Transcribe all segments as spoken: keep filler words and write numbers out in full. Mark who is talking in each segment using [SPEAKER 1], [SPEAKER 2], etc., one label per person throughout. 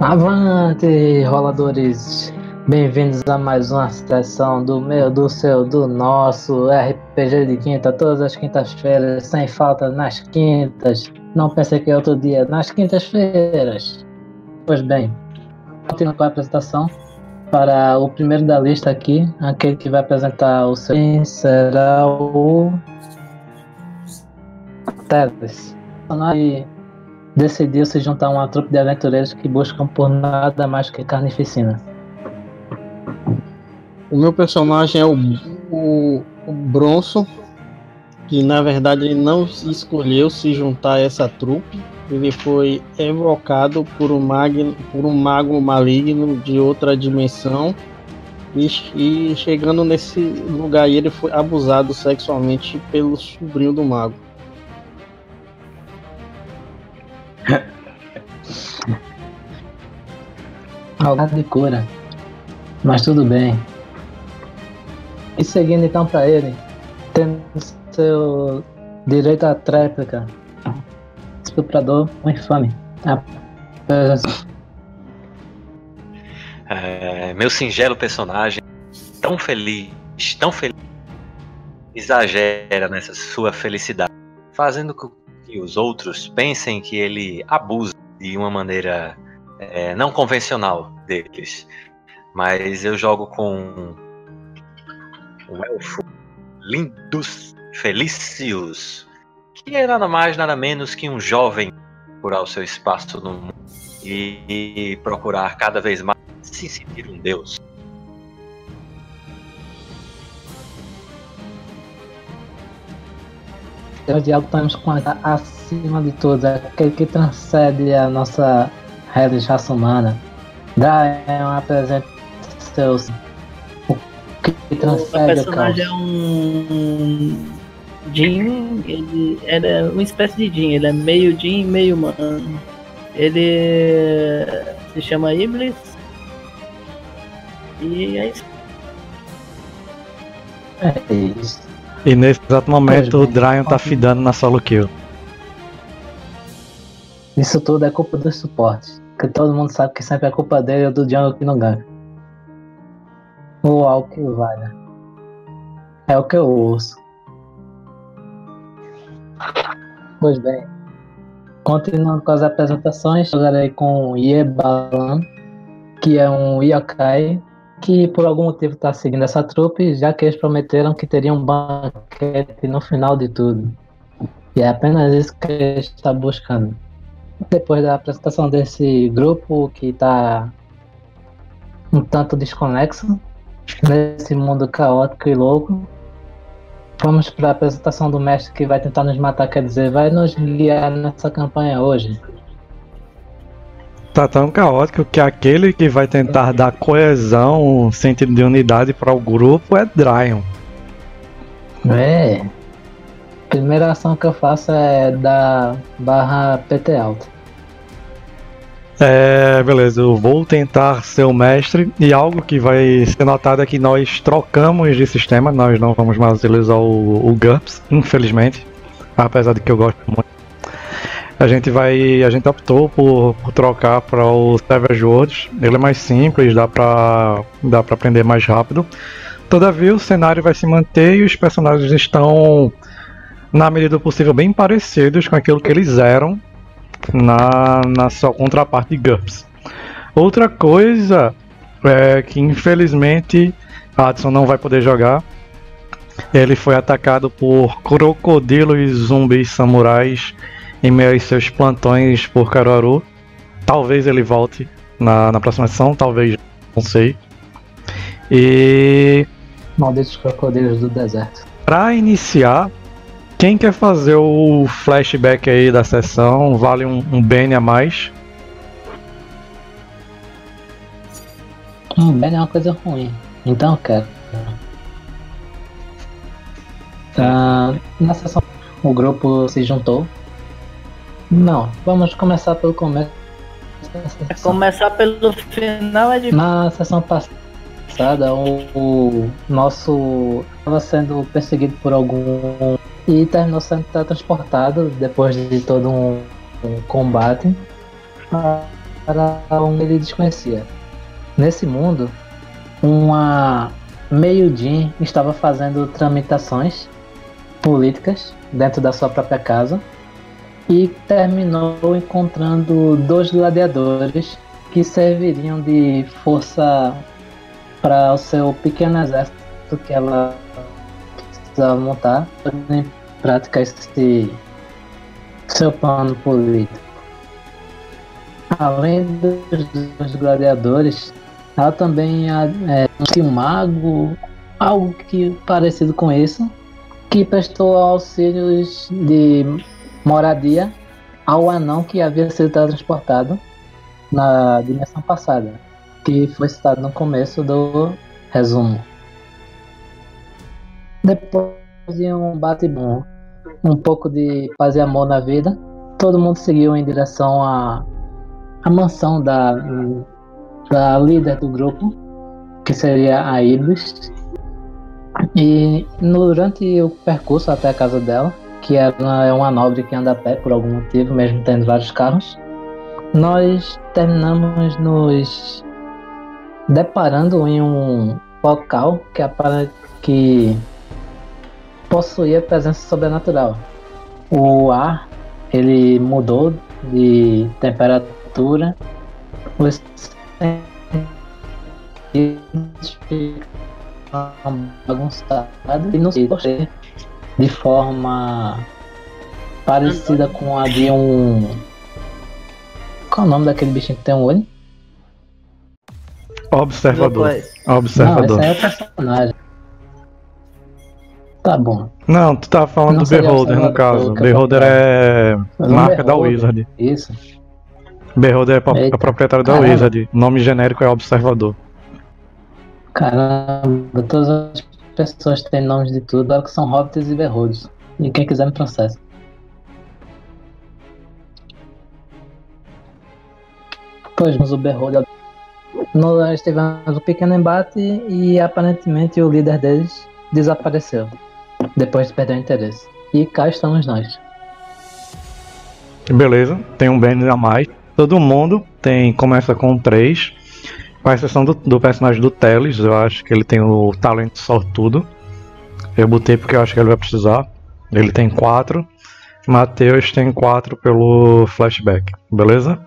[SPEAKER 1] Avante, roladores! Bem-vindos a mais uma sessão do meu, do seu, do nosso R P G de quinta, todas as quintas-feiras, sem falta nas quintas. Não pense que é outro dia, nas quintas-feiras. Pois bem, continuando com a apresentação. Para o primeiro da lista aqui, aquele que vai apresentar o seu será o Teles. E decidiu se juntar a uma trupe de aventureiros que buscam por nada mais que carnificina.
[SPEAKER 2] O meu personagem é o, o, o Bronson, que na verdade ele não escolheu se juntar a essa trupe. Ele foi evocado por um, mag, por um mago maligno de outra dimensão e, e chegando nesse lugar ele foi abusado sexualmente pelo sobrinho do mago.
[SPEAKER 1] Algo de cura, mas tudo bem. E seguindo então para ele, tendo seu direito à tréplica, estuprador, um infame. Ah,
[SPEAKER 3] é, meu singelo personagem, tão feliz, tão feliz, exagera nessa sua felicidade, fazendo com que os outros pensem que ele abusa de uma maneira é, não convencional deles. Mas eu jogo com um elfo Lindus Felicius, que é nada mais, nada menos que um jovem procurar o seu espaço no mundo e, e procurar cada vez mais se sentir um deus.
[SPEAKER 1] O diabo estamos com a, acima de tudo, aquele que transcende a nossa raça humana. Brian apresenta seus. O que transcende
[SPEAKER 4] o personagem é um Jin, ele, ele é uma espécie de Jin, ele é meio Jin, meio humano. Ele se chama Iblis. E é isso.
[SPEAKER 1] É isso.
[SPEAKER 5] E nesse exato momento o Dryon tá fidando na solo kill.
[SPEAKER 1] Isso tudo é culpa dos suportes. Que todo mundo sabe que sempre é culpa dele ou do jungle que não ganha. Ou algo que vai, né? É o que eu ouço. Pois bem, continuando com as apresentações, jogarei com Yebalan, que é um yokai que por algum motivo está seguindo essa trupe, já que eles prometeram que teriam um banquete no final de tudo. E é apenas isso que ele está buscando. Depois da apresentação desse grupo que está um tanto desconexo nesse mundo caótico e louco, vamos para a apresentação do mestre que vai tentar nos matar, quer dizer, vai nos guiar nessa campanha hoje.
[SPEAKER 5] Tá tão caótico que aquele que vai tentar dar coesão, sentido de unidade para o grupo é Dryon.
[SPEAKER 1] É. Primeira ação que eu faço é dar barra P T alto.
[SPEAKER 5] É, beleza, eu vou tentar ser o mestre e algo que vai ser notado é que nós trocamos de sistema, nós não vamos mais utilizar o, o GURPS, infelizmente, apesar de que eu gosto muito. A gente vai, a gente optou por, por trocar para o Savage Worlds, ele é mais simples, dá pra, dá pra aprender mais rápido. Todavia o cenário vai se manter e os personagens estão, na medida do possível, bem parecidos com aquilo que eles eram na, na sua contraparte de GURPS. Outra coisa é que infelizmente Adson não vai poder jogar. Ele foi atacado por crocodilos, zumbis, samurais em meio aos seus plantões por Caruaru. Talvez ele volte na, na próxima sessão, talvez, não sei. E
[SPEAKER 1] malditos crocodilos do deserto.
[SPEAKER 5] Para iniciar, quem quer fazer o flashback aí da sessão, vale um, um Bane a mais.
[SPEAKER 1] Um Bane é uma coisa ruim, então eu quero. Ah, na sessão o grupo se juntou. Não, vamos começar pelo começo.
[SPEAKER 4] Começar pelo final é difícil.
[SPEAKER 1] Na sessão passada, o, o nosso estava sendo perseguido por algum e terminou sendo transportado depois de todo um, um combate um que ele desconhecia. Nesse mundo, uma meio-din estava fazendo tramitações políticas dentro da sua própria casa e terminou encontrando dois gladiadores que serviriam de força para o seu pequeno exército que ela precisava montar em prática esse seu plano político. Além dos, dos gladiadores, ela também é, tinha um mago, algo que parecido com isso, que prestou auxílios de moradia ao anão que havia sido transportado na dimensão passada, que foi citado no começo do resumo. Depois de um bate-bom, um pouco de paz e amor na vida, todo mundo seguiu em direção à, à mansão da, da líder do grupo, que seria a Ibis. E durante o percurso até a casa dela, que é uma nobre que anda a pé por algum motivo, mesmo tendo vários carros, nós terminamos nos deparando em um local que, apare... que possuía presença sobrenatural. O ar, ele mudou de temperatura, os sentidos ficam bagunçados e nos de forma parecida com a de um... Qual é o nome daquele bichinho que tem um olho?
[SPEAKER 5] Observador. Observador.
[SPEAKER 1] Não, esse aí é o personagem. Tá bom.
[SPEAKER 5] Não, tu tava falando
[SPEAKER 1] Não
[SPEAKER 5] do
[SPEAKER 1] seria
[SPEAKER 5] Beholder no caso.
[SPEAKER 1] observador que eu
[SPEAKER 5] Beholder é
[SPEAKER 1] Mas
[SPEAKER 5] marca
[SPEAKER 1] o
[SPEAKER 5] da
[SPEAKER 1] Beholder,
[SPEAKER 5] Wizard.
[SPEAKER 1] Isso.
[SPEAKER 5] Beholder é pro-
[SPEAKER 1] Eita.
[SPEAKER 5] é proprietário da
[SPEAKER 1] Caramba.
[SPEAKER 5] Wizard. O nome genérico é Observador.
[SPEAKER 1] Caramba, todas as pessoas têm nomes de tudo, agora que são hobbits e beholds. E quem quiser me processa. Pois, mas o beholder... Nós tivemos um pequeno embate e aparentemente o líder deles desapareceu. Depois de perder o interesse. E cá estamos nós.
[SPEAKER 5] Beleza, tem um bônus a mais. Todo mundo tem, começa com três. Com exceção do, do personagem do Teles, eu acho que ele tem o talento sortudo. Eu botei porque eu acho que ele vai precisar. Ele tem quatro. Matheus tem quatro pelo flashback, beleza?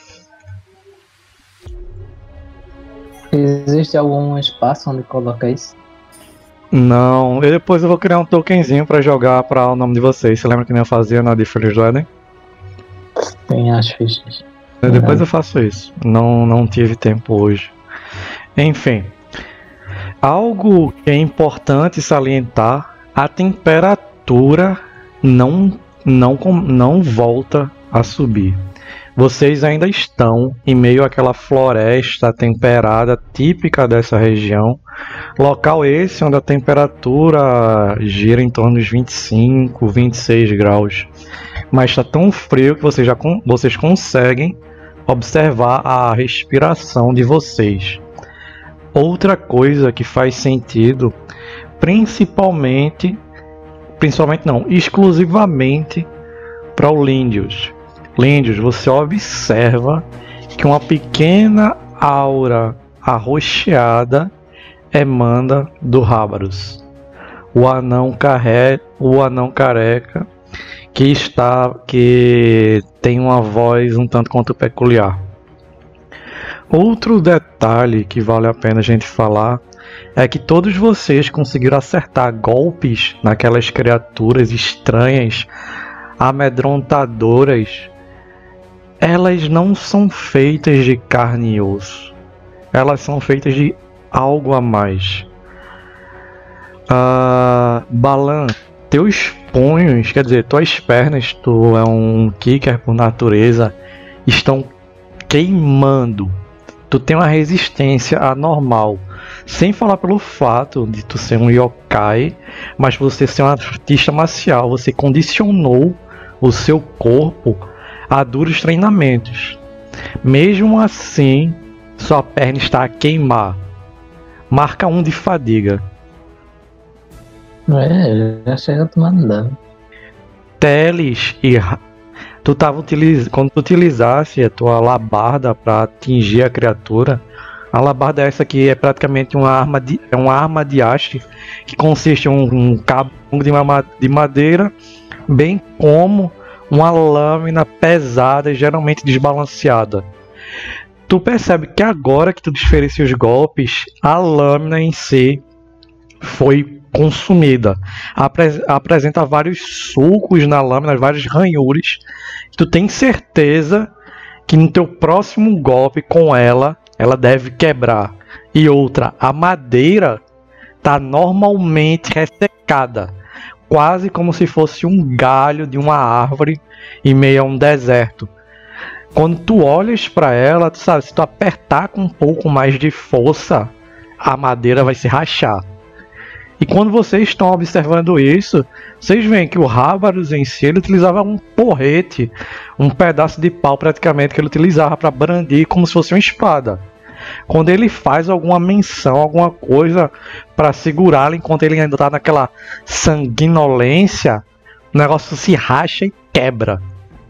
[SPEAKER 1] Existe algum espaço onde coloca isso?
[SPEAKER 5] Não, e depois eu vou criar um tokenzinho pra jogar pra o nome de vocês. Você lembra que nem eu fazia na de Filhos do Éden?
[SPEAKER 1] Tem as fichas.
[SPEAKER 5] Depois eu faço isso. Não, não tive tempo hoje. Enfim. Algo que é importante salientar, a temperatura não, não, não volta a subir. Vocês ainda estão em meio àquela floresta temperada típica dessa região. Local esse onde a temperatura gira em torno dos vinte e cinco, vinte e seis graus. Mas está tão frio que vocês, já con- vocês conseguem observar a respiração de vocês. Outra coisa que faz sentido, principalmente, principalmente não, exclusivamente para o Lindius. Lindius, você observa que uma pequena aura arroxeada emana do Rábaros, o anão, carre... o anão careca que está que tem uma voz um tanto quanto peculiar. Outro detalhe que vale a pena a gente falar é que todos vocês conseguiram acertar golpes naquelas criaturas estranhas, amedrontadoras. Elas não são feitas de carne e osso. Elas são feitas de algo a mais. Uh, Balan, teus punhos, quer dizer, tuas pernas, tu é um kicker por natureza, estão queimando. Tu tem uma resistência anormal. Sem falar pelo fato de tu ser um yokai, mas você ser um artista marcial, você condicionou o seu corpo a duros treinamentos. Mesmo assim, sua perna está a queimar. Marca um de fadiga.
[SPEAKER 1] É, já chega tomando dano.
[SPEAKER 5] Teles e Ra- tu tava utiliz... quando tu utilizasse a tua alabarda para atingir a criatura, a alabarda essa aqui é praticamente uma arma de, é uma arma de haste que consiste em um, um cabo de, uma, de madeira, bem como uma lâmina pesada e geralmente desbalanceada. Tu percebe que agora que tu desferisse os golpes, a lâmina em si foi consumida. Apre- apresenta vários sulcos na lâmina, vários ranhures. Tu tem certeza que no teu próximo golpe com ela, ela deve quebrar. E outra, a madeira está normalmente ressecada, quase como se fosse um galho de uma árvore em meio a um deserto. Quando tu olhas para ela, tu sabe, se tu apertar com um pouco mais de força, a madeira vai se rachar. E quando vocês estão observando isso, vocês veem que o Rábaros em si, ele utilizava um porrete, um pedaço de pau praticamente, que ele utilizava para brandir como se fosse uma espada. Quando ele faz alguma menção, alguma coisa para segurá-la enquanto ele ainda está naquela sanguinolência, o negócio se racha e quebra.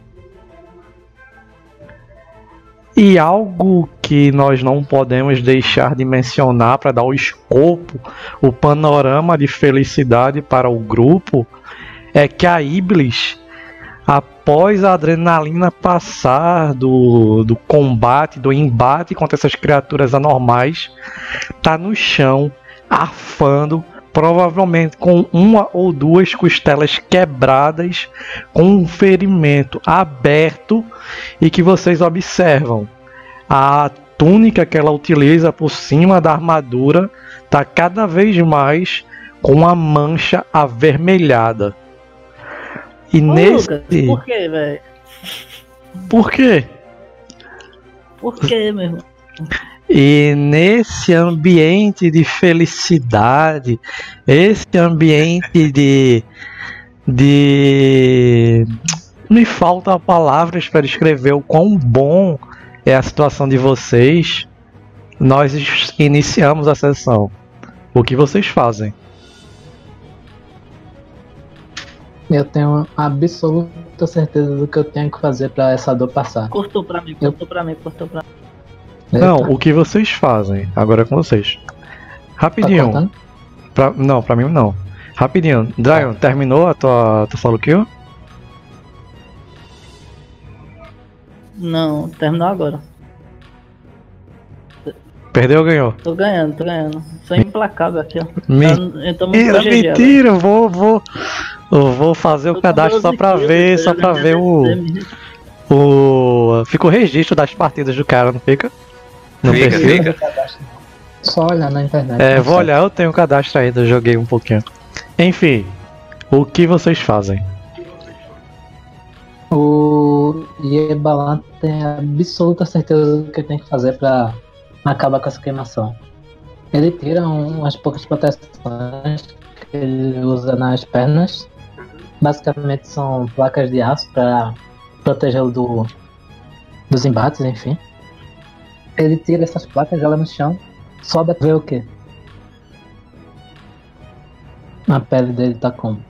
[SPEAKER 5] E algo que nós não podemos deixar de mencionar para dar o escopo, o panorama de felicidade para o grupo, é que a Iblis, após a adrenalina passar do, do combate, do embate contra essas criaturas anormais, está no chão, arfando, provavelmente com uma ou duas costelas quebradas, com um ferimento aberto, e que vocês observam a túnica que ela utiliza por cima da armadura está cada vez mais com uma mancha avermelhada. E
[SPEAKER 4] Ô,
[SPEAKER 5] nesse...
[SPEAKER 4] Lucas, por que, velho?
[SPEAKER 5] Por quê?
[SPEAKER 4] Por que, meu irmão?
[SPEAKER 5] E nesse ambiente de felicidade, esse ambiente de, de... me faltam palavras para descrever o quão bom é a situação de vocês. Nós iniciamos a sessão. O que vocês fazem?
[SPEAKER 1] Eu tenho absoluta certeza do que eu tenho que fazer pra essa dor passar.
[SPEAKER 4] Cortou pra mim, cortou pra mim, cortou pra mim.
[SPEAKER 5] Não,
[SPEAKER 1] Eita,
[SPEAKER 5] o que vocês fazem? Agora é com vocês.
[SPEAKER 1] tá
[SPEAKER 5] Rapidinho.
[SPEAKER 1] cortando?
[SPEAKER 5] Pra- não, pra mim não. Rapidinho. Dragon, terminou a tua, tua solo kill?
[SPEAKER 4] Não, terminou agora.
[SPEAKER 5] Perdeu ou ganhou?
[SPEAKER 4] Tô ganhando, tô ganhando. Sou implacável aqui, ó.
[SPEAKER 5] Mentira,
[SPEAKER 4] Eu tô muito G G,
[SPEAKER 5] mentira, eu vou, vou, eu vou fazer o
[SPEAKER 4] Tô com
[SPEAKER 5] cadastro só
[SPEAKER 4] doze
[SPEAKER 5] pra
[SPEAKER 4] quilos,
[SPEAKER 5] ver,
[SPEAKER 4] tô
[SPEAKER 5] só pra
[SPEAKER 4] jogando
[SPEAKER 5] ver o,
[SPEAKER 4] D C M.
[SPEAKER 5] o, fica o registro das partidas do cara, não fica? No
[SPEAKER 3] Fica,
[SPEAKER 5] perfil?
[SPEAKER 3] fica.
[SPEAKER 1] Só olhar na internet.
[SPEAKER 5] É,
[SPEAKER 1] não
[SPEAKER 5] vou
[SPEAKER 1] sei.
[SPEAKER 5] olhar, eu tenho o cadastro ainda, eu joguei um pouquinho. Enfim, o que vocês fazem?
[SPEAKER 1] O Yebalan tem absoluta certeza do que tem que fazer pra acabar com essa queimação. Ele tira um- umas poucas proteções que ele usa nas pernas. Basicamente são placas de aço para protegê-lo do, dos embates, enfim. Ele tira essas placas, joga no chão, sobe pra ver o que? A pele dele tá como?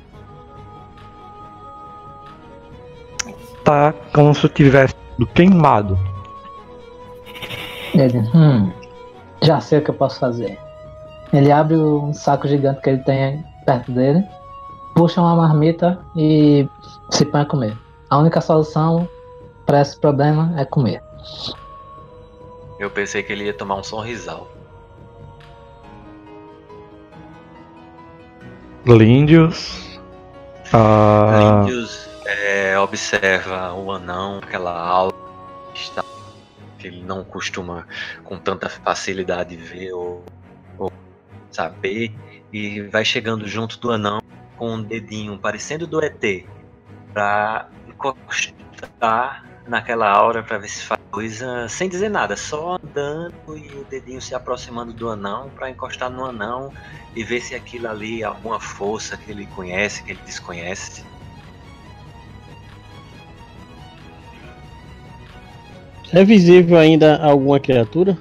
[SPEAKER 5] Tá como se eu tivesse sido queimado.
[SPEAKER 1] Ele, hum, já sei o que eu posso fazer. Ele abre um saco gigante que ele tem perto dele, puxa uma marmita e se põe a comer. A única solução para esse problema é comer.
[SPEAKER 3] Eu pensei que ele ia tomar um sorrisal.
[SPEAKER 5] Líndios. Ah,
[SPEAKER 3] Líndios é, observa o anão, aquela aula que está- que ele não costuma com tanta facilidade ver ou, ou saber, e vai chegando junto do anão com um dedinho parecendo do E T para encostar naquela aura para ver se faz coisa sem dizer nada, só andando e o dedinho se aproximando do anão para encostar no anão e ver se aquilo ali é alguma força que ele conhece, que ele desconhece.
[SPEAKER 2] É visível ainda alguma criatura?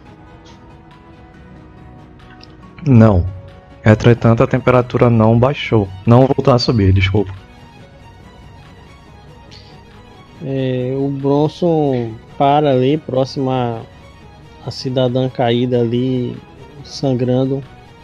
[SPEAKER 5] não. Entretanto, a temperatura não baixou. Não voltou a subir, desculpa.
[SPEAKER 2] É, o Bronson para ali, próximo à, à cidadã caída ali, sangrando.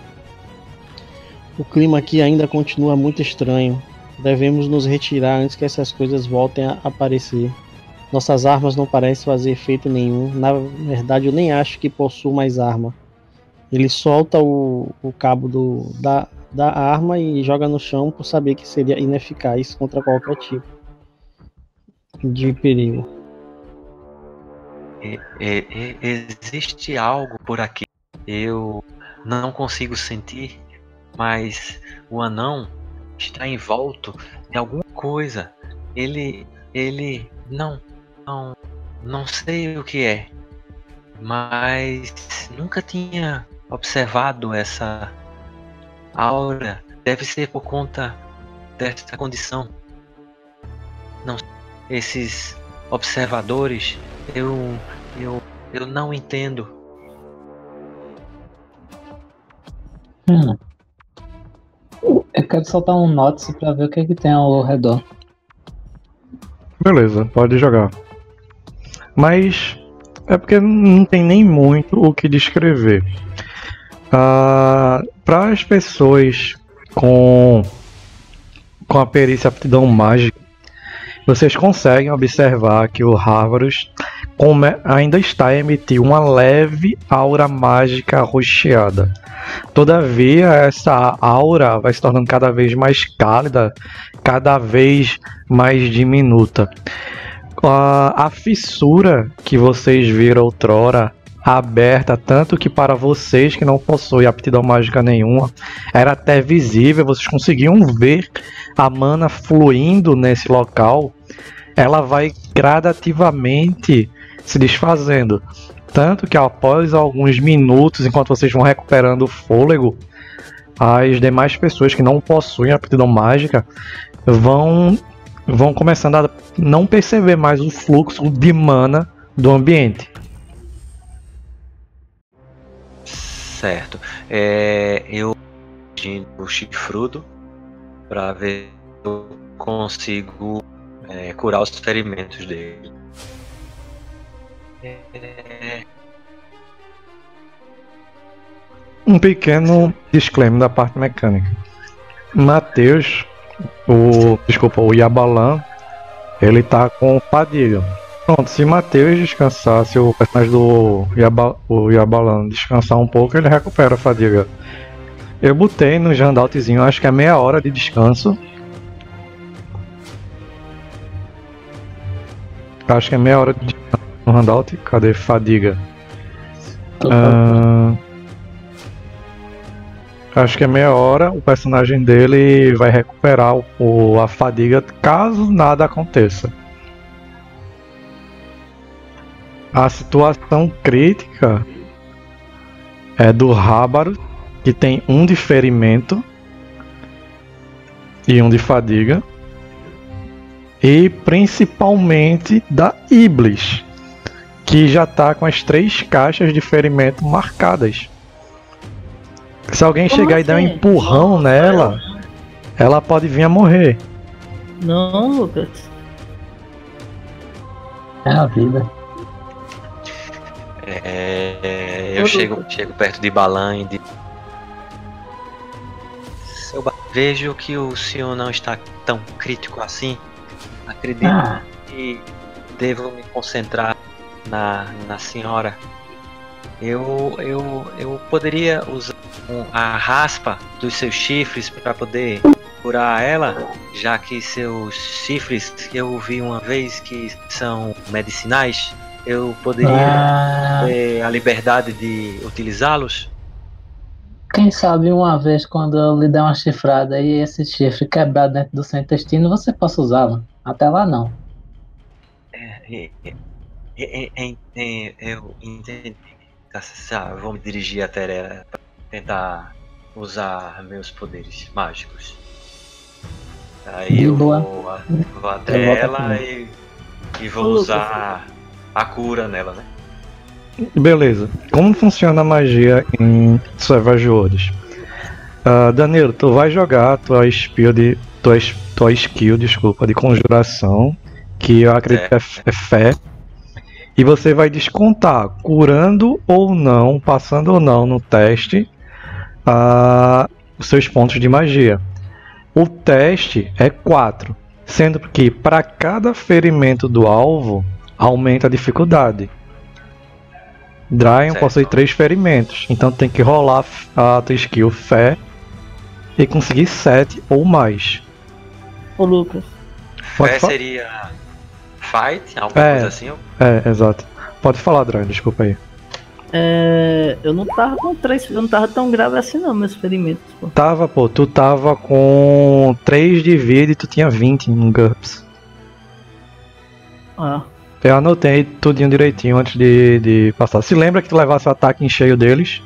[SPEAKER 2] O clima aqui ainda continua muito estranho. Devemos nos retirar antes que essas coisas voltem a aparecer. Nossas armas não parecem fazer efeito nenhum. Na verdade, eu nem acho que possuo mais arma. Ele solta o, o cabo do, da, da arma e joga no chão por saber que seria ineficaz contra qualquer tipo de perigo.
[SPEAKER 3] É, é, é, existe algo por aqui. Eu não consigo sentir, mas o anão está envolto em alguma coisa. Ele, ele, não, não, não sei o que é, mas nunca tinha observado essa aura. Deve ser por conta desta condição. Não, esses observadores, eu, eu, eu não entendo.
[SPEAKER 1] Hum. Eu quero soltar um notice pra ver o que, é que tem ao redor.
[SPEAKER 5] Beleza, pode jogar. Mas é porque não tem nem muito o que descrever. Ah, para as pessoas com, com a perícia aptidão mágica, vocês conseguem observar que o Harvarus ainda está a emitir uma leve aura mágica rocheada. Todavia, essa aura vai se tornando cada vez mais cálida, cada vez mais diminuta. A, a fissura que vocês viram outrora aberta, tanto que para vocês que não possuem aptidão mágica nenhuma, era até visível, vocês conseguiam ver a mana fluindo nesse local. Ela vai gradativamente se desfazendo, tanto que após alguns minutos, enquanto vocês vão recuperando o fôlego, as demais pessoas que não possuem aptidão mágica vão, vão começando a não perceber mais o fluxo de mana do ambiente.
[SPEAKER 3] Certo. É, eu o chifrudo para ver se eu consigo é, curar os ferimentos dele. É...
[SPEAKER 5] Um pequeno disclaimer da parte mecânica. Matheus, o desculpa, o Yabalan, ele tá com fadiga. Pronto, se Matheus descansar, se o personagem do Yaba, o Yabalan descansar um pouco, ele recupera a fadiga. Eu botei no handoutzinho, acho que é meia hora de descanso. Acho que é meia hora de descanso no handout. Cadê fadiga? Ah, acho que é meia hora. O personagem dele vai recuperar o, a fadiga caso nada aconteça. A situação crítica é do Rábaro, que tem um de ferimento e um de fadiga. E principalmente da Iblis, que já está com as três caixas de ferimento marcadas. Se alguém
[SPEAKER 4] Como
[SPEAKER 5] chegar
[SPEAKER 4] assim?
[SPEAKER 5] e der um empurrão nela, ela pode vir a morrer.
[SPEAKER 4] Não, Lucas.
[SPEAKER 1] É a vida.
[SPEAKER 3] É, eu chego, chego perto de Balan e digo: Seu Ba- vejo que o senhor não está tão crítico assim. Acredito
[SPEAKER 1] Ah.
[SPEAKER 3] que devo me concentrar na, na senhora. Eu, eu, eu poderia usar um- a raspa dos seus chifres para poder curar ela, já que seus chifres, eu vi uma vez que são medicinais. Eu poderia
[SPEAKER 1] Ah,
[SPEAKER 3] ter a liberdade de utilizá-los?
[SPEAKER 1] quem sabe uma vez quando eu lhe der uma chifrada e esse chifre quebrar dentro do seu intestino, você possa usá-lo. Até lá não.
[SPEAKER 3] É, é, é, é, é, eu entendi. Tá, tá, vou me dirigir até ela para tentar usar meus poderes mágicos. Aí
[SPEAKER 1] De
[SPEAKER 3] eu
[SPEAKER 1] boa.
[SPEAKER 3] vou, a- vou
[SPEAKER 1] Eu
[SPEAKER 3] até
[SPEAKER 1] volto
[SPEAKER 3] ela
[SPEAKER 1] também.
[SPEAKER 3] e, e vou
[SPEAKER 4] Ô, Lucas.
[SPEAKER 3] usar a cura nela, né?
[SPEAKER 5] Beleza. Como funciona a magia em Savage Worlds? Ah, Danilo, tu vai jogar tua skill de tua, tua skill, desculpa, de conjuração que eu acredito que é f- é fé. E você vai descontar, curando ou não, passando ou não no teste, ah, os seus pontos de magia. O teste é quatro, sendo que para cada ferimento do alvo, aumenta a dificuldade. Dryan
[SPEAKER 3] Certo.
[SPEAKER 5] possui três ferimentos, então tem que rolar a tua skill fé e conseguir sete ou mais.
[SPEAKER 4] Ô Lucas,
[SPEAKER 5] Pode
[SPEAKER 3] Fé
[SPEAKER 5] fa-
[SPEAKER 3] seria fight, alguma
[SPEAKER 5] É.
[SPEAKER 3] coisa assim? ou-
[SPEAKER 5] É, exato. Pode falar, Dryan, desculpa aí.
[SPEAKER 4] é, eu não tava com três, eu não tava tão grave assim não, meus ferimentos, pô.
[SPEAKER 5] Tava, pô, tu tava com três de vida e tu tinha vinte no GURPS.
[SPEAKER 4] Ah,
[SPEAKER 5] Eu anotei tudinho direitinho antes de, de passar. Se lembra que tu levasse o ataque em cheio deles?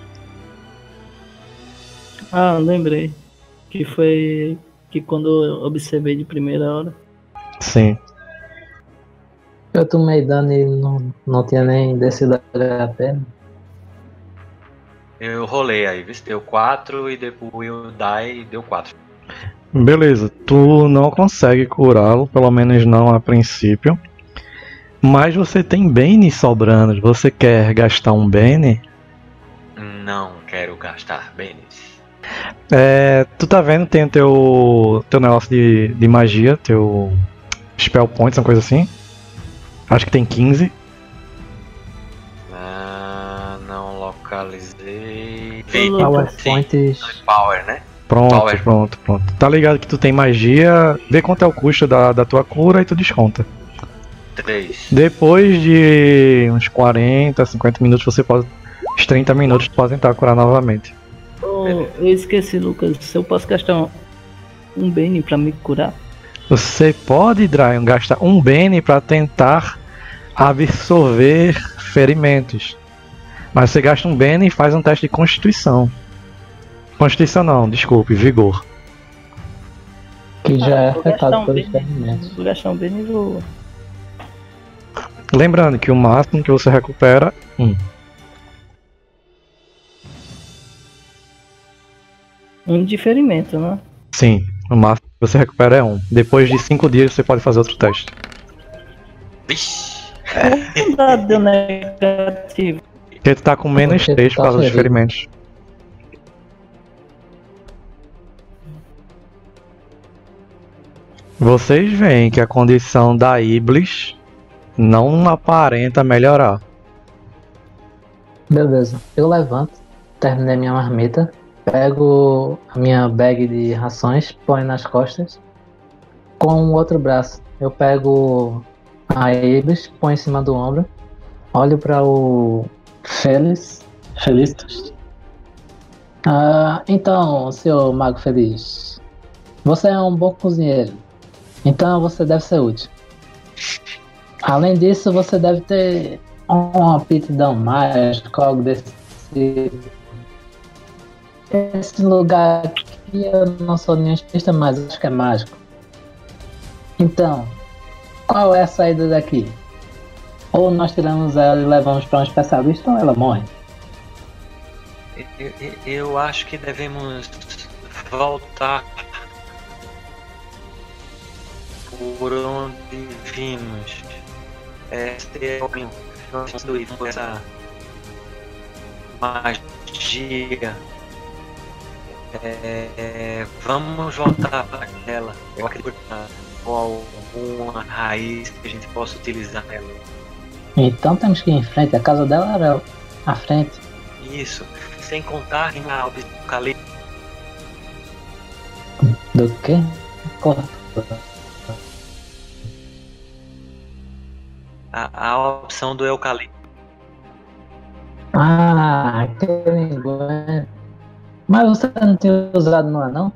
[SPEAKER 4] ah, lembrei. Que foi que quando eu observei de primeira hora.
[SPEAKER 5] Sim.
[SPEAKER 1] Eu tomei dano e não, não tinha nem descido a H P. né?
[SPEAKER 3] Eu rolei aí, viu? Deu quatro e depois o die deu quatro.
[SPEAKER 5] Beleza, tu não consegue curá-lo, pelo menos não a princípio. Mas você tem Bane sobrando. Você quer gastar um Bane?
[SPEAKER 3] Não quero gastar bens.
[SPEAKER 5] É, tu tá vendo, tem o teu, teu negócio de, de magia, teu Spell Points, uma coisa assim. Acho que tem quinze.
[SPEAKER 3] Ah, não localizei.
[SPEAKER 4] Ô,
[SPEAKER 1] Power
[SPEAKER 4] Lucas,
[SPEAKER 3] Sim,
[SPEAKER 1] Points.
[SPEAKER 3] Power, né?
[SPEAKER 5] Pronto,
[SPEAKER 3] Power.
[SPEAKER 5] pronto, pronto. Tá ligado que tu tem magia, vê quanto é o custo da, da tua cura e tu desconta.
[SPEAKER 3] três.
[SPEAKER 5] Depois de uns quarenta, cinquenta minutos, você pode. Uns trinta minutos, tu pode tentar curar novamente.
[SPEAKER 4] ô, eu esqueci, Lucas, se eu posso gastar um, um Bane pra me curar.
[SPEAKER 5] Você pode, Dryan, gastar um Bane pra tentar absorver ferimentos. Mas você gasta um Bane e faz um teste de Constituição. Constituição não, desculpe, Vigor.
[SPEAKER 1] Que já é
[SPEAKER 4] vou gastar
[SPEAKER 1] afetado
[SPEAKER 4] um
[SPEAKER 1] pelos
[SPEAKER 4] Bane,
[SPEAKER 1] ferimentos.
[SPEAKER 4] vou gastar um Bane e vou.
[SPEAKER 5] Lembrando que o máximo que você recupera um.
[SPEAKER 4] Um de ferimento, né?
[SPEAKER 5] Sim, o máximo que você recupera é um. Depois de cinco dias você pode fazer outro teste.
[SPEAKER 3] Vixe.
[SPEAKER 4] Um dado deu negativo.
[SPEAKER 5] Porque tu tá com menos
[SPEAKER 1] Porque
[SPEAKER 5] três por
[SPEAKER 1] tá
[SPEAKER 5] causa dos
[SPEAKER 1] ferido.
[SPEAKER 5] ferimentos. Vocês veem que a condição da Iblis não aparenta melhorar.
[SPEAKER 1] Beleza, eu levanto, terminei minha marmita, pego a minha bag de rações, ponho nas costas. Com o outro braço, eu pego a Ibis, ponho em cima do ombro, olho para o Feliz, Felistus. Ah, então, senhor Mago Feliz, você é um bom cozinheiro, então você deve ser útil. Além disso, você deve ter uma aptidão mágica, algo desse tipo. Esse lugar aqui eu não sou nenhum especialista, mas acho que é mágico. Então, qual é a saída daqui? Ou nós tiramos ela e levamos para um especialista ou ela morre.
[SPEAKER 3] Eu, eu- eu acho que devemos voltar por onde vimos. Esse é o caminho. Nós estamos com essa magia. É, é, vamos voltar para aquela. Eu acredito que com alguma raiz que a gente possa utilizar ela.
[SPEAKER 1] Então temos que ir em frente. A casa dela era à frente.
[SPEAKER 3] Isso, sem contar em a eucalipto.
[SPEAKER 1] Do que? Corta.
[SPEAKER 3] A, a opção do eucalipto.
[SPEAKER 1] Ah, aquele enguente. Mas você não tinha usado no anão?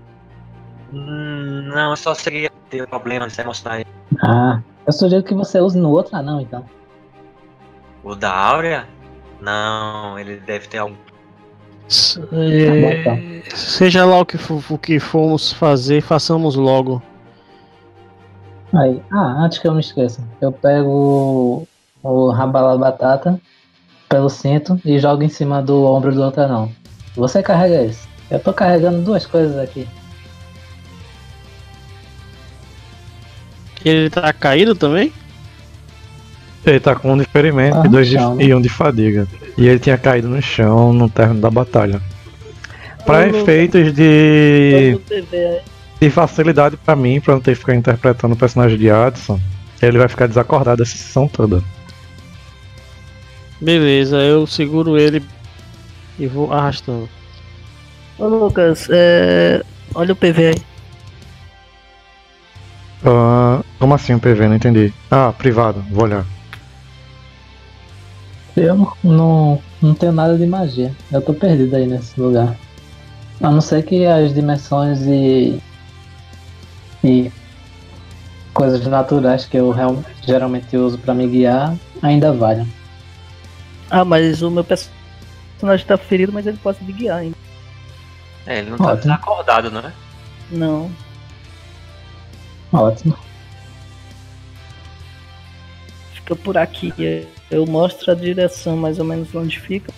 [SPEAKER 3] Hum, Não, só seria ter problemas emocionais.
[SPEAKER 1] Ah, eu sugiro que você use no outro anão então.
[SPEAKER 3] O da Áurea? Não, ele deve ter algum.
[SPEAKER 2] S-
[SPEAKER 1] Tá
[SPEAKER 2] é,
[SPEAKER 1] bom, então.
[SPEAKER 2] seja lá o que, for, o que formos fazer, façamos logo.
[SPEAKER 1] Aí, ah, antes que eu me esqueça, eu pego o rabalá batata pelo cinto e jogo em cima do ombro do outro anão. Você carrega isso. Eu tô carregando duas coisas aqui.
[SPEAKER 2] Ele tá caído também?
[SPEAKER 5] Ele tá com um de ferimento
[SPEAKER 1] Ah,
[SPEAKER 5] e, dois de,
[SPEAKER 1] chão, né?
[SPEAKER 5] e um de fadiga. E ele tinha caído no chão no término da batalha. Para
[SPEAKER 4] Ô, Lucas.
[SPEAKER 5] efeitos de,
[SPEAKER 4] Vamos T V aí.
[SPEAKER 5] de facilidade pra mim, pra não ter que ficar interpretando o personagem de Addison, ele vai ficar desacordado essa sessão toda.
[SPEAKER 2] Beleza, eu seguro ele e vou arrastando.
[SPEAKER 4] Ô Lucas, é... olha o P V aí.
[SPEAKER 5] Ah, como assim o P V? Não entendi. Ah, privado, vou olhar.
[SPEAKER 1] Eu não, não, não tenho nada de magia. Eu tô perdido aí nesse lugar. A não ser que as dimensões e. e coisas naturais que eu real- geralmente uso pra me guiar ainda valham.
[SPEAKER 4] Ah, mas o meu personagem tá ferido, mas ele pode me guiar ainda.
[SPEAKER 3] É, ele não tá
[SPEAKER 1] Ótimo.
[SPEAKER 3] desacordado, não é?
[SPEAKER 4] Não.
[SPEAKER 1] Ótimo.
[SPEAKER 4] Fica por aqui. Eu mostro a direção mais ou menos onde fica.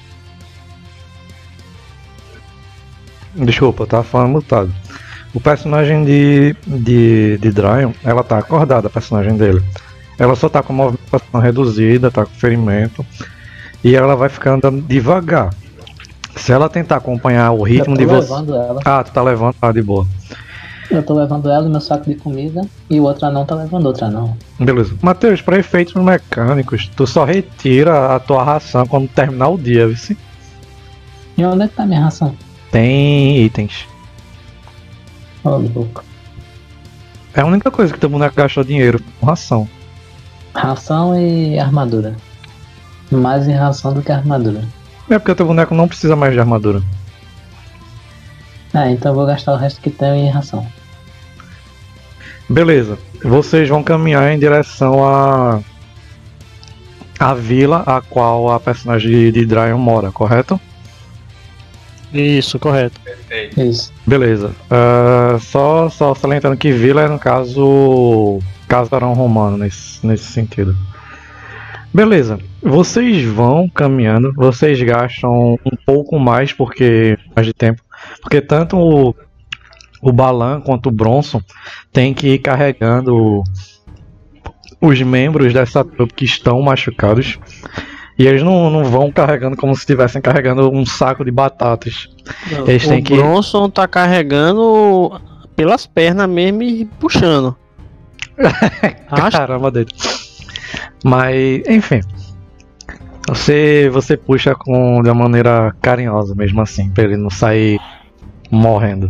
[SPEAKER 5] Desculpa, eu tava falando mutado. O personagem de, de, de Dryon, ela tá acordada, a personagem dele. Ela só tá com movimentação reduzida, tá com ferimento. E ela vai ficar andando devagar. Se ela tentar acompanhar o ritmo
[SPEAKER 1] eu
[SPEAKER 5] de
[SPEAKER 1] tô
[SPEAKER 5] você.
[SPEAKER 1] levando ela.
[SPEAKER 5] Ah, tu tá levando, tá de boa.
[SPEAKER 1] Eu tô levando ela e meu saco de comida. E o outro anão tá levando outro anão.
[SPEAKER 5] Beleza. Matheus, para efeitos mecânicos, tu só retira a tua ração quando terminar o dia, viu?
[SPEAKER 1] E onde é que tá minha ração?
[SPEAKER 5] Tem itens.
[SPEAKER 1] Ô, louco.
[SPEAKER 5] É a única coisa que teu boneco gastou dinheiro com ração.
[SPEAKER 1] Ração e armadura. Mais em ração do que armadura.
[SPEAKER 5] É porque teu boneco não precisa mais de armadura.
[SPEAKER 1] Ah, então eu vou gastar o resto que tenho em ração.
[SPEAKER 5] Beleza. Vocês vão caminhar em direção à a vila a qual a personagem de, de Dryon mora, correto?
[SPEAKER 2] Isso, correto.
[SPEAKER 3] Perfeito.
[SPEAKER 1] Isso.
[SPEAKER 5] Beleza. Ah, só, só salientando que vila é, no caso, casarão romano, nesse, nesse sentido. Beleza. Vocês vão caminhando, vocês gastam um pouco mais porque mais de tempo, porque tanto o, o Balan quanto o Bronson tem que ir carregando os membros dessa trupe que estão machucados. E eles não, não vão carregando como se estivessem carregando um saco de batatas. Eles têm
[SPEAKER 2] O
[SPEAKER 5] que-
[SPEAKER 2] Bronson tá carregando pelas pernas mesmo e puxando. Acho
[SPEAKER 5] Caramba, doido. Mas, enfim. Você, você puxa com, de uma maneira carinhosa mesmo assim, pra ele não sair morrendo.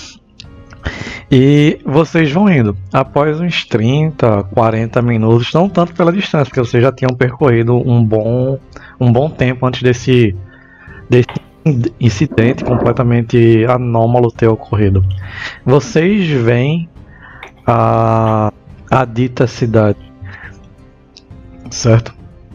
[SPEAKER 5] E vocês vão indo. Após uns trinta, quarenta minutos, não tanto pela distância, porque vocês já tinham percorrido um bom, um bom tempo antes desse, desse incidente completamente anômalo ter ocorrido. Vocês veem a, a dita cidade, certo?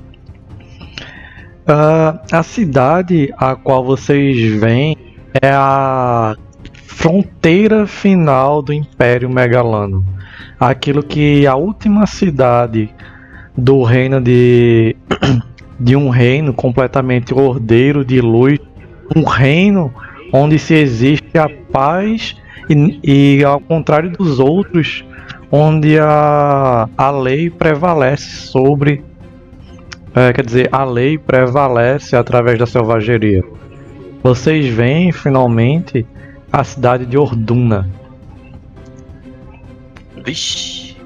[SPEAKER 5] Ah, a cidade a qual vocês veem é a fronteira final do Império Megalano. Aquilo que a última cidade do reino de de um reino completamente ordeiro de luz, um reino onde se existe a paz e, e ao contrário dos outros, onde a, a lei prevalece sobre é, quer dizer, a lei prevalece através da selvageria. Vocês veem finalmente a cidade de Orduna.
[SPEAKER 3] Vixe.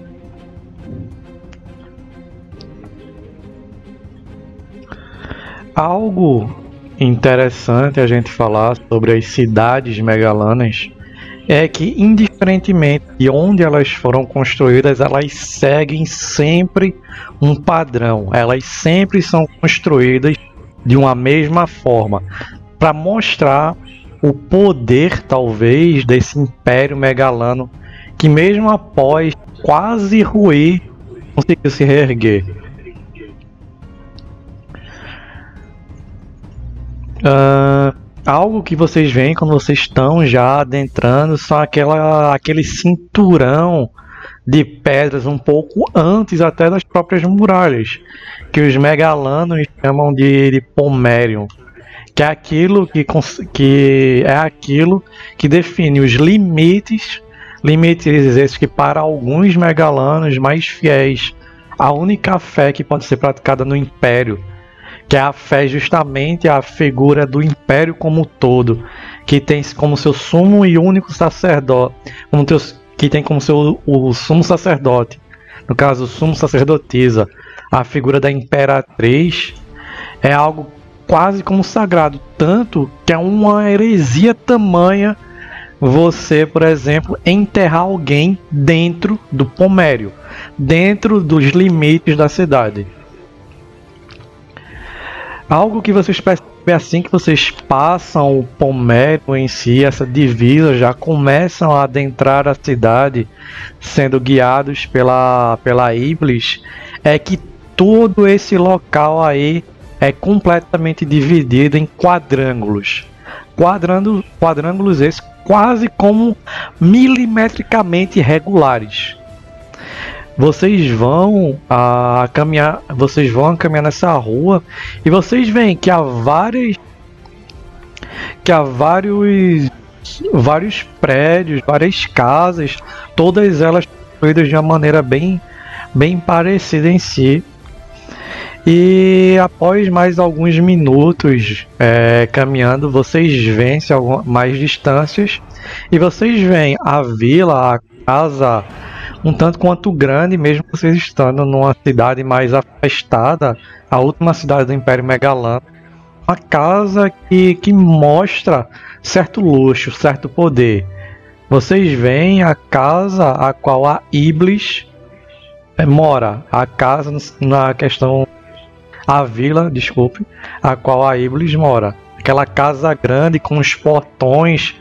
[SPEAKER 5] Algo interessante a gente falar sobre as cidades megalanas é que, indiferentemente de onde elas foram construídas, elas seguem sempre um padrão. Elas sempre são construídas de uma mesma forma, para mostrar o poder, talvez, desse Império Megalano, que mesmo após quase ruir, conseguiu se reerguer. Uh, algo que vocês veem quando vocês estão já adentrando são aquela, aquele cinturão de pedras um pouco antes até das próprias muralhas, que os megalanos chamam de, de Pomerium, que é aquilo que, que é aquilo que define os limites Limites esses que para alguns megalanos mais fiéis, a única fé que pode ser praticada no Império, que é a fé justamente a figura do Império como um todo, que tem como seu sumo e único sacerdote, como teus, que tem como seu o sumo sacerdote, no caso o sumo sacerdotisa, a figura da Imperatriz, é algo quase como sagrado, tanto que é uma heresia tamanha você, por exemplo, enterrar alguém dentro do pomério, dentro dos limites da cidade. Algo que vocês percebem assim que vocês passam o pomério em si, essa divisa, já começam a adentrar a cidade, sendo guiados pela, pela Iblis, é que todo esse local aí é completamente dividido em quadrângulos. Quadrando, quadrângulos esses quase como milimetricamente regulares. Vocês vão a caminhar, vocês vão caminhar nessa rua e vocês veem que há várias que há vários vários prédios, várias casas, todas elas construídas de uma maneira bem bem parecida em si. E após mais alguns minutos é, caminhando, vocês vencem mais distâncias e vocês veem a vila, a casa um tanto quanto grande, mesmo vocês estando numa cidade mais afastada, a última cidade do Império Megalano. Uma casa que, que mostra certo luxo, certo poder. Vocês veem a casa a qual a Iblis é, mora, a casa na questão... A vila, desculpe, a qual a Iblis mora. Aquela casa grande com os portões,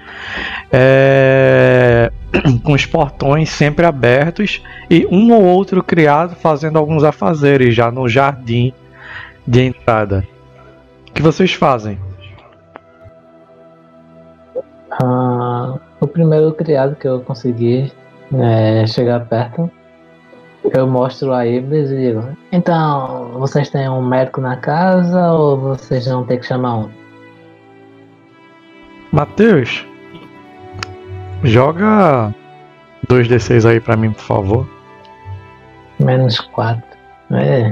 [SPEAKER 5] é, com os portões sempre abertos e um ou outro criado fazendo alguns afazeres já no jardim de entrada. O que vocês fazem?
[SPEAKER 1] Ah, o primeiro criado que eu consegui é, chegar perto, eu mostro a Iblis e digo: então, vocês têm um médico na casa ou vocês vão ter que chamar um?
[SPEAKER 5] Matheus, joga dois D seis aí pra mim, por favor.
[SPEAKER 1] Menos quatro. É.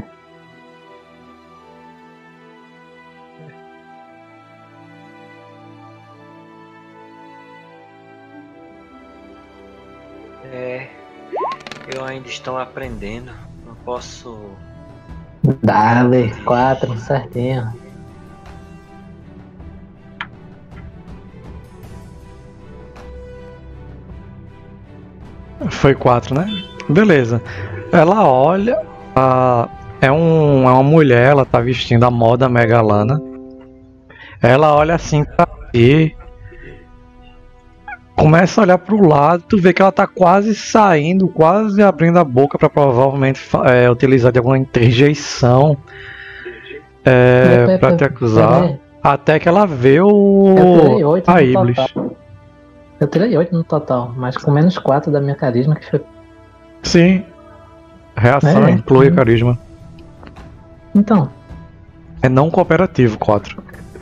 [SPEAKER 3] É. Eu ainda estou aprendendo. Não posso.
[SPEAKER 1] Dale, quatro, certinho.
[SPEAKER 5] Foi quatro, né? Beleza. Ela olha. A... É, um, é uma mulher, ela tá vestindo a moda megalana. Ela olha assim pra ti. Começa a olhar pro lado, tu vê que ela tá quase saindo, quase abrindo a boca pra provavelmente é, utilizar de alguma interjeição é, pra te acusar. Até que ela vê o a Iblis.
[SPEAKER 1] Eu tirei oito no total, mas com menos quatro da minha carisma que foi.
[SPEAKER 5] Sim. Reação
[SPEAKER 1] é,
[SPEAKER 5] inclui hum. carisma.
[SPEAKER 1] Então.
[SPEAKER 5] É não cooperativo quatro.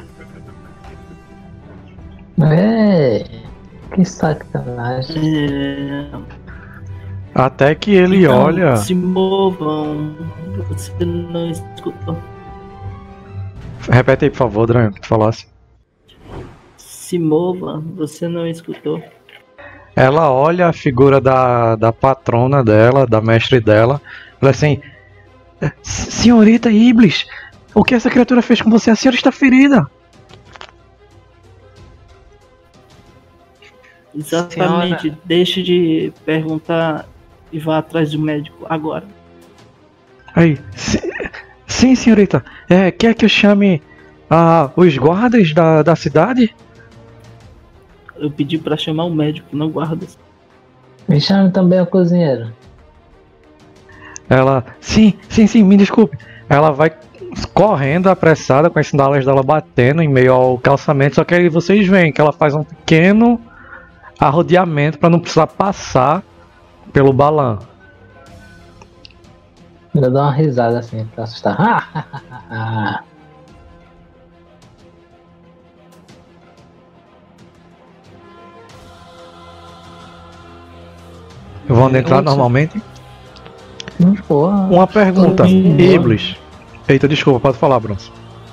[SPEAKER 1] É. Que sacanagem.
[SPEAKER 4] É...
[SPEAKER 5] Até que ele
[SPEAKER 4] então,
[SPEAKER 5] olha.
[SPEAKER 4] Se movam. Você não escutou.
[SPEAKER 5] Repete aí, por favor, Dranho, que tu falasse.
[SPEAKER 4] Se mova, você não escutou.
[SPEAKER 5] Ela olha a figura da, da patrona dela, da mestre dela. Fala assim: senhorita Iblis, o que essa criatura fez com você? A senhora está ferida.
[SPEAKER 4] Exatamente, senhora... Deixe de perguntar e vá atrás do médico agora.
[SPEAKER 5] Aí, sim, senhorita. É, quer que eu chame ah, os guardas da, da cidade?
[SPEAKER 4] Eu pedi pra chamar o médico, não guardas.
[SPEAKER 1] Me chame também o cozinheiro.
[SPEAKER 5] Ela, sim, sim, sim, me desculpe. Ela vai correndo, apressada, com as sandálias dela batendo em meio ao calçamento. Só que aí vocês veem que ela faz um pequeno arrodeamento para não precisar passar pelo balão.
[SPEAKER 1] Ainda dá uma risada assim pra assustar.
[SPEAKER 5] vão adentrar normalmente.
[SPEAKER 1] Porra.
[SPEAKER 5] Uma pergunta,
[SPEAKER 1] Hum.
[SPEAKER 5] Iblis. Eita, desculpa, pode falar, Bronson.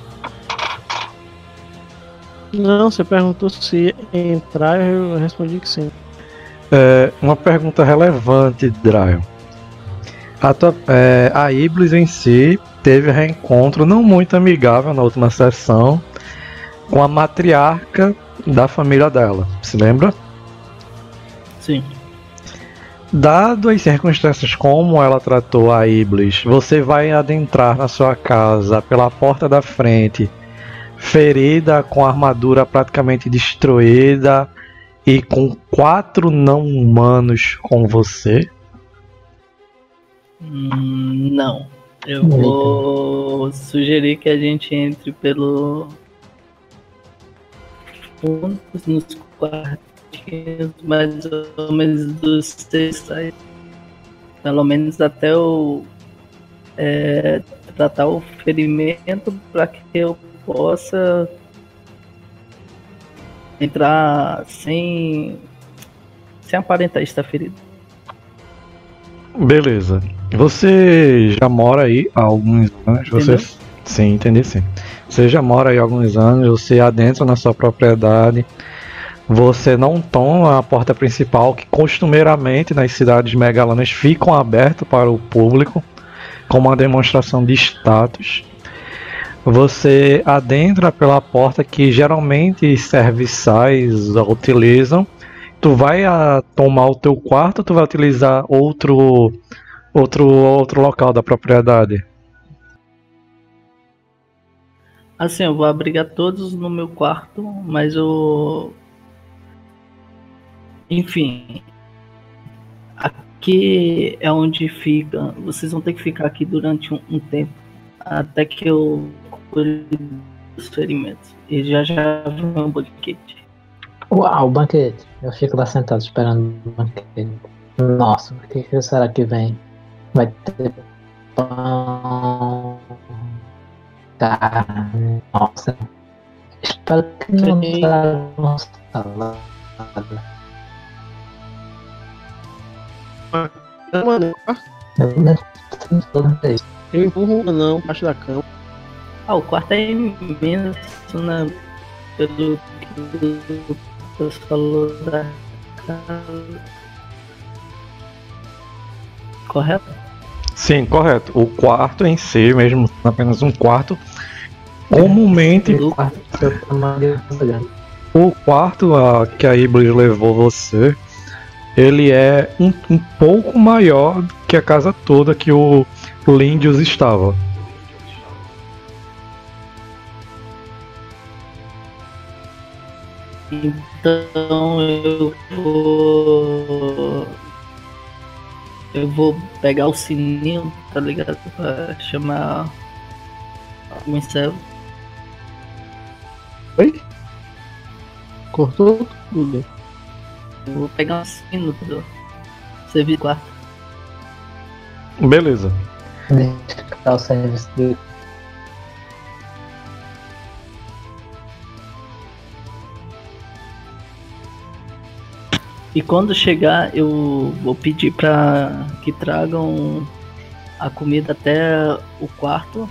[SPEAKER 2] Não, você perguntou se entrar, eu respondi que sim.
[SPEAKER 5] É, uma pergunta relevante, Dryon. A, tua, é, a Iblis em si teve reencontro não muito amigável na última sessão com a matriarca da família dela, se lembra?
[SPEAKER 4] Sim.
[SPEAKER 5] Dado as circunstâncias como ela tratou a Iblis, você vai adentrar na sua casa pela porta da frente, ferida, com a armadura praticamente destruída e com quatro não humanos com você?
[SPEAKER 4] Hum, não. Eu vou sugerir que a gente entre pelo um nos quartinhos mais ou menos dos seis sites. Pelo menos até eu é, tratar o ferimento para que eu possa entrar sem sem aparentar estar ferido.
[SPEAKER 5] Beleza. Você já mora aí há alguns anos? Você... Sim, entendi sim. Você já mora aí há alguns anos, você adentra na sua propriedade, você não toma a porta principal, que costumeiramente nas cidades megalanas ficam abertas para o público, como uma demonstração de status. Você adentra pela porta que geralmente serviçais utilizam. Tu vai a tomar o teu quarto ou tu vai utilizar outro, outro, outro local da propriedade?
[SPEAKER 4] Assim, eu vou abrigar todos no meu quarto, mas eu... Enfim... Aqui é onde fica... Vocês vão ter que ficar aqui durante um, um tempo. Até que eu cure os ferimentos. E já já vem um banquete.
[SPEAKER 1] Uau, banquete. Eu fico lá sentado esperando o banquete. Nossa, o que, que será que vem? Vai ter pão, carne. Nossa. Espero que não traga uma salada.
[SPEAKER 2] Cama não,
[SPEAKER 1] Eu não sei toda vez.
[SPEAKER 2] eu empurro um não, embaixo da cama.
[SPEAKER 4] Ah, o quarto é imenso, né? Pelo que você falou da casa. Correto?
[SPEAKER 5] Sim, correto. O quarto em si, mesmo apenas um quarto, comumente
[SPEAKER 1] O quarto do seu tamanho é grande.
[SPEAKER 5] o quarto a, que a Iblis levou você, ele é um, um pouco maior do que a casa toda que o Lindius estava.
[SPEAKER 4] Então eu vou. Eu vou pegar o sininho, tá ligado? Pra chamar algum servo.
[SPEAKER 2] Oi? Cortou tudo.
[SPEAKER 4] Eu vou pegar um sino do serviço do quarto.
[SPEAKER 5] Beleza.
[SPEAKER 1] Deixa o serviço dele.
[SPEAKER 4] E quando chegar, eu vou pedir pra que tragam a comida até o quarto.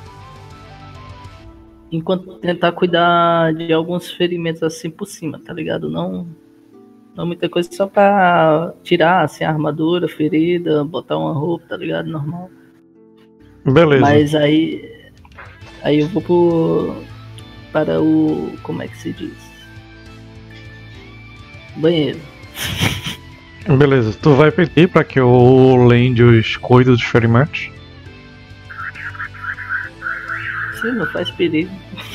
[SPEAKER 4] Enquanto tentar cuidar de alguns ferimentos assim por cima, tá ligado? Não, não muita coisa, só pra tirar assim a armadura, ferida, botar uma roupa, tá ligado? Normal.
[SPEAKER 5] Beleza.
[SPEAKER 4] Mas aí. Aí eu vou pro, para o. Como é que se diz? Banheiro.
[SPEAKER 5] Beleza. Tu vai pedir para que o Lendius cuide dos ferimentos?
[SPEAKER 4] Sim, não faz perigo.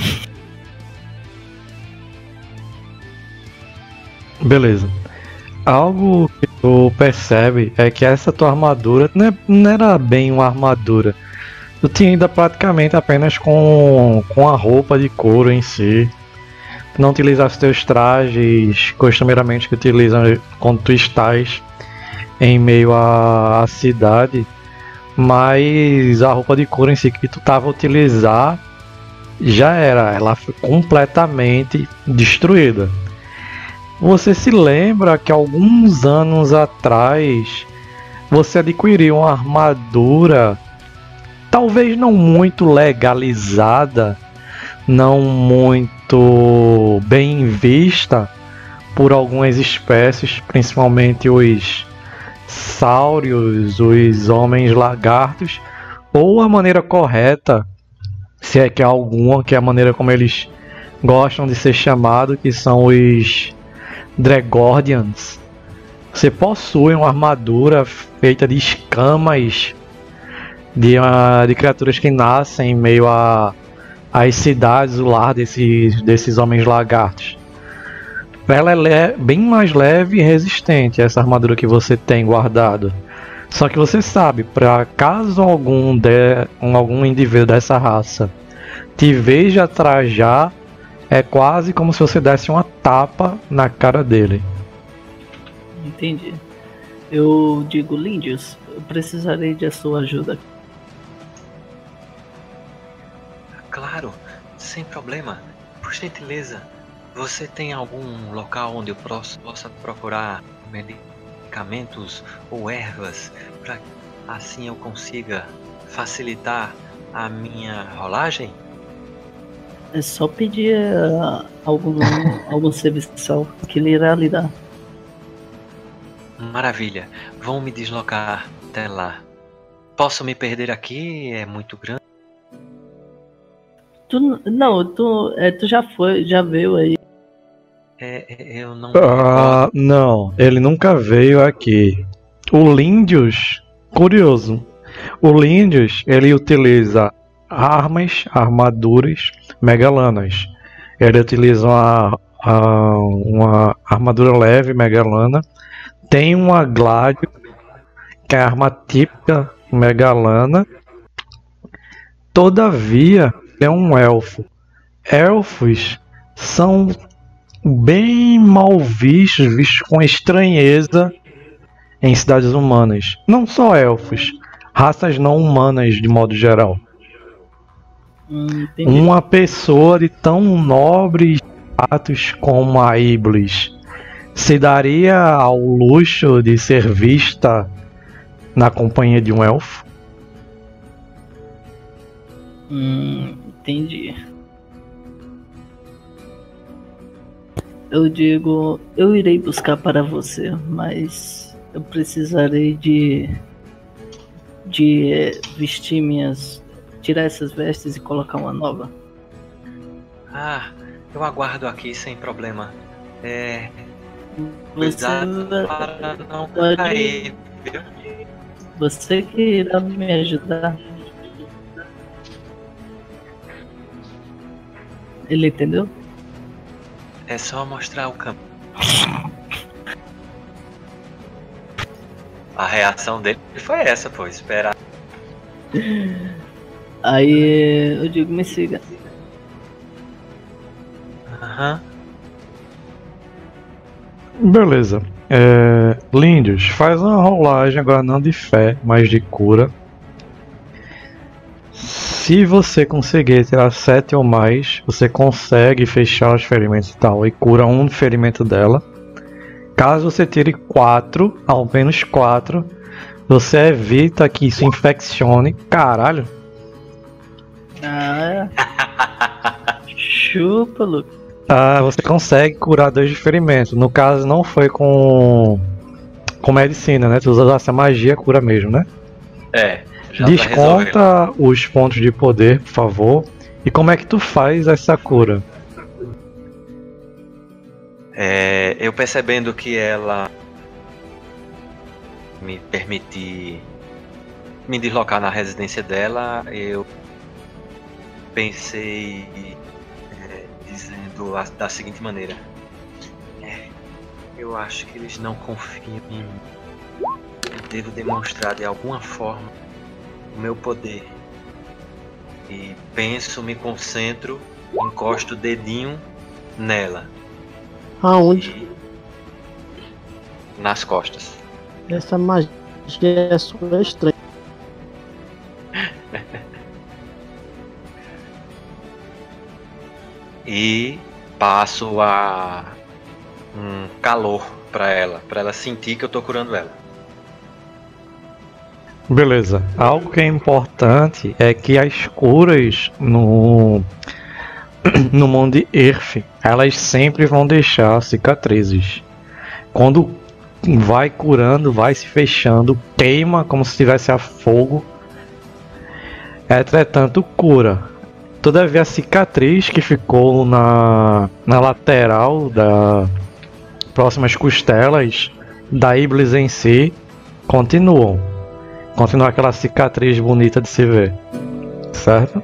[SPEAKER 5] Beleza. Algo que tu percebe é que essa tua armadura não, é, não era bem uma armadura. Tu tinha ainda praticamente apenas com, com a roupa de couro em si. Tu não utilizaste teus trajes costumeiramente que utilizam quando tu estás em meio à, à cidade. Mas a roupa de couro em si que tu tava a utilizar já era, ela foi completamente destruída. Você se lembra que alguns anos atrás você adquiriu uma armadura, talvez não muito legalizada, não muito bem vista por algumas espécies, principalmente os sáurios, os homens lagartos, ou a maneira correta, se é que há alguma, que é a maneira como eles gostam de ser chamados, que são os Dregordians. Você possui uma armadura feita de escamas de, uh, de criaturas que nascem em meio a às cidades, o lar desses, desses homens lagartos. Ela é bem mais leve e resistente, essa armadura que você tem guardado. Só que você sabe, para caso algum, de, algum indivíduo dessa raça te veja trajar, é quase como se você desse uma tapa na cara dele.
[SPEAKER 4] Entendi. Eu digo, Lindius, eu precisarei de sua ajuda.
[SPEAKER 3] Claro, sem problema. Por gentileza, você tem algum local onde eu possa procurar medicamentos ou ervas para assim eu consiga facilitar a minha rolagem?
[SPEAKER 4] É só pedir uh, algum, algum serviço que ele irá lhe dar.
[SPEAKER 3] Maravilha, vão me deslocar até lá. Posso me perder aqui? É muito grande.
[SPEAKER 4] Tu, não, tu, é, tu já foi, já veio aí.
[SPEAKER 3] É, eu não.
[SPEAKER 5] Ah, não, ele nunca veio aqui. O Lindius, curioso. O Lindius, ele utiliza armas, armaduras megalanas. Ele utiliza uma, uma armadura leve megalana. Tem uma Gladio, que é a arma típica megalana. Todavia, é um elfo. Elfos são bem mal vistos, vistos com estranheza em cidades humanas. Não só elfos, raças não humanas de modo geral.
[SPEAKER 4] Hum,
[SPEAKER 5] Uma pessoa de tão nobre status como a Iblis se daria ao luxo de ser vista na companhia de um elfo?
[SPEAKER 4] Hum, entendi. Eu digo, eu irei buscar para você, mas eu precisarei de de eh, vestir minhas, tirar essas vestes e colocar uma nova.
[SPEAKER 3] Ah, eu aguardo aqui sem problema. É.
[SPEAKER 4] Você
[SPEAKER 3] Cuidado
[SPEAKER 4] vai-
[SPEAKER 3] para não
[SPEAKER 4] pode-
[SPEAKER 3] cair, viu?
[SPEAKER 4] Você que irá me ajudar. Ele entendeu?
[SPEAKER 3] É só mostrar o campo. A reação dele foi essa, pô, esperar.
[SPEAKER 4] Aí eu digo, me siga.
[SPEAKER 3] Aham.
[SPEAKER 5] Beleza. É, Lindius, faz uma rolagem agora não de fé, mas de cura. Se você conseguir tirar sete ou mais, você consegue fechar os ferimentos e tal, e cura um ferimento dela. Caso você tire quatro, ao menos quatro, você evita que isso infeccione. Caralho.
[SPEAKER 4] Ah, chupa, Luke.
[SPEAKER 5] Ah, você consegue curar dois de ferimento. No caso, não foi com com medicina, né? Tu usasse a magia, cura mesmo, né?
[SPEAKER 3] É, já pra resolver.
[SPEAKER 5] Desconta os pontos de poder, por favor. E como é que tu faz essa cura?
[SPEAKER 3] É, eu percebendo que ela me permitir me deslocar na residência dela, eu pensei é, dizendo a- da seguinte maneira: é, eu acho que eles não confiam em mim. Eu devo demonstrar de alguma forma o meu poder. E penso, me concentro, encosto o dedinho nela.
[SPEAKER 2] Aonde?
[SPEAKER 3] E nas costas.
[SPEAKER 2] Essa magia é sua estranha.
[SPEAKER 3] E passo a um calor pra ela, pra ela sentir que eu tô curando ela.
[SPEAKER 5] Beleza. Algo que é importante é que as curas no no mundo de Earth, elas sempre vão deixar cicatrizes. Quando vai curando, vai se fechando, queima como se estivesse a fogo. Entretanto, cura. Todavia, a cicatriz que ficou na, na lateral da próximas costelas da Iblis em si continuam. Continua aquela cicatriz bonita de se ver. Certo?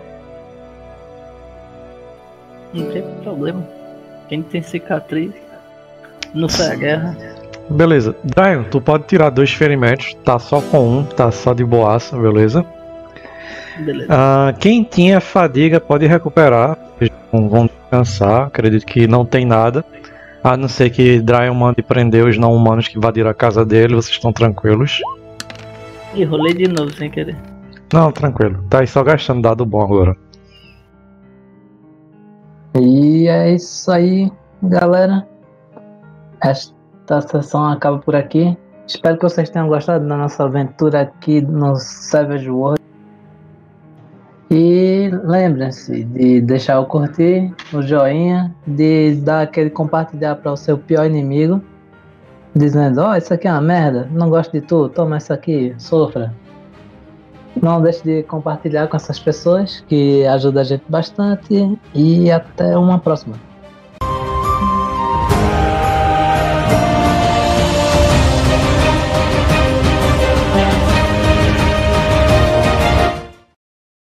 [SPEAKER 4] Não tem problema. Quem tem cicatriz não sai a guerra.
[SPEAKER 5] Beleza. Brian, tu pode tirar dois ferimentos. Tá só com um, tá só de boaça, beleza?
[SPEAKER 4] Beleza.
[SPEAKER 5] Ah, quem tinha fadiga pode recuperar. Vão vão descansar. Acredito que não tem nada. A não ser que Dryon mande prender os não humanos que invadiram a casa dele. Vocês estão tranquilos?
[SPEAKER 4] E rolei de novo sem querer.
[SPEAKER 5] Não, tranquilo. Tá aí só gastando dado bom agora.
[SPEAKER 1] E é isso aí, galera. Esta sessão acaba por aqui. Espero que vocês tenham gostado da nossa aventura aqui no Savage World. E lembrem-se de deixar o curtir, o joinha, de dar aquele compartilhar para o seu pior inimigo, dizendo: ó, oh, isso aqui é uma merda, não gosto de tu, toma isso aqui, sofra. Não deixe de compartilhar com essas pessoas, que ajuda a gente bastante. E até uma próxima.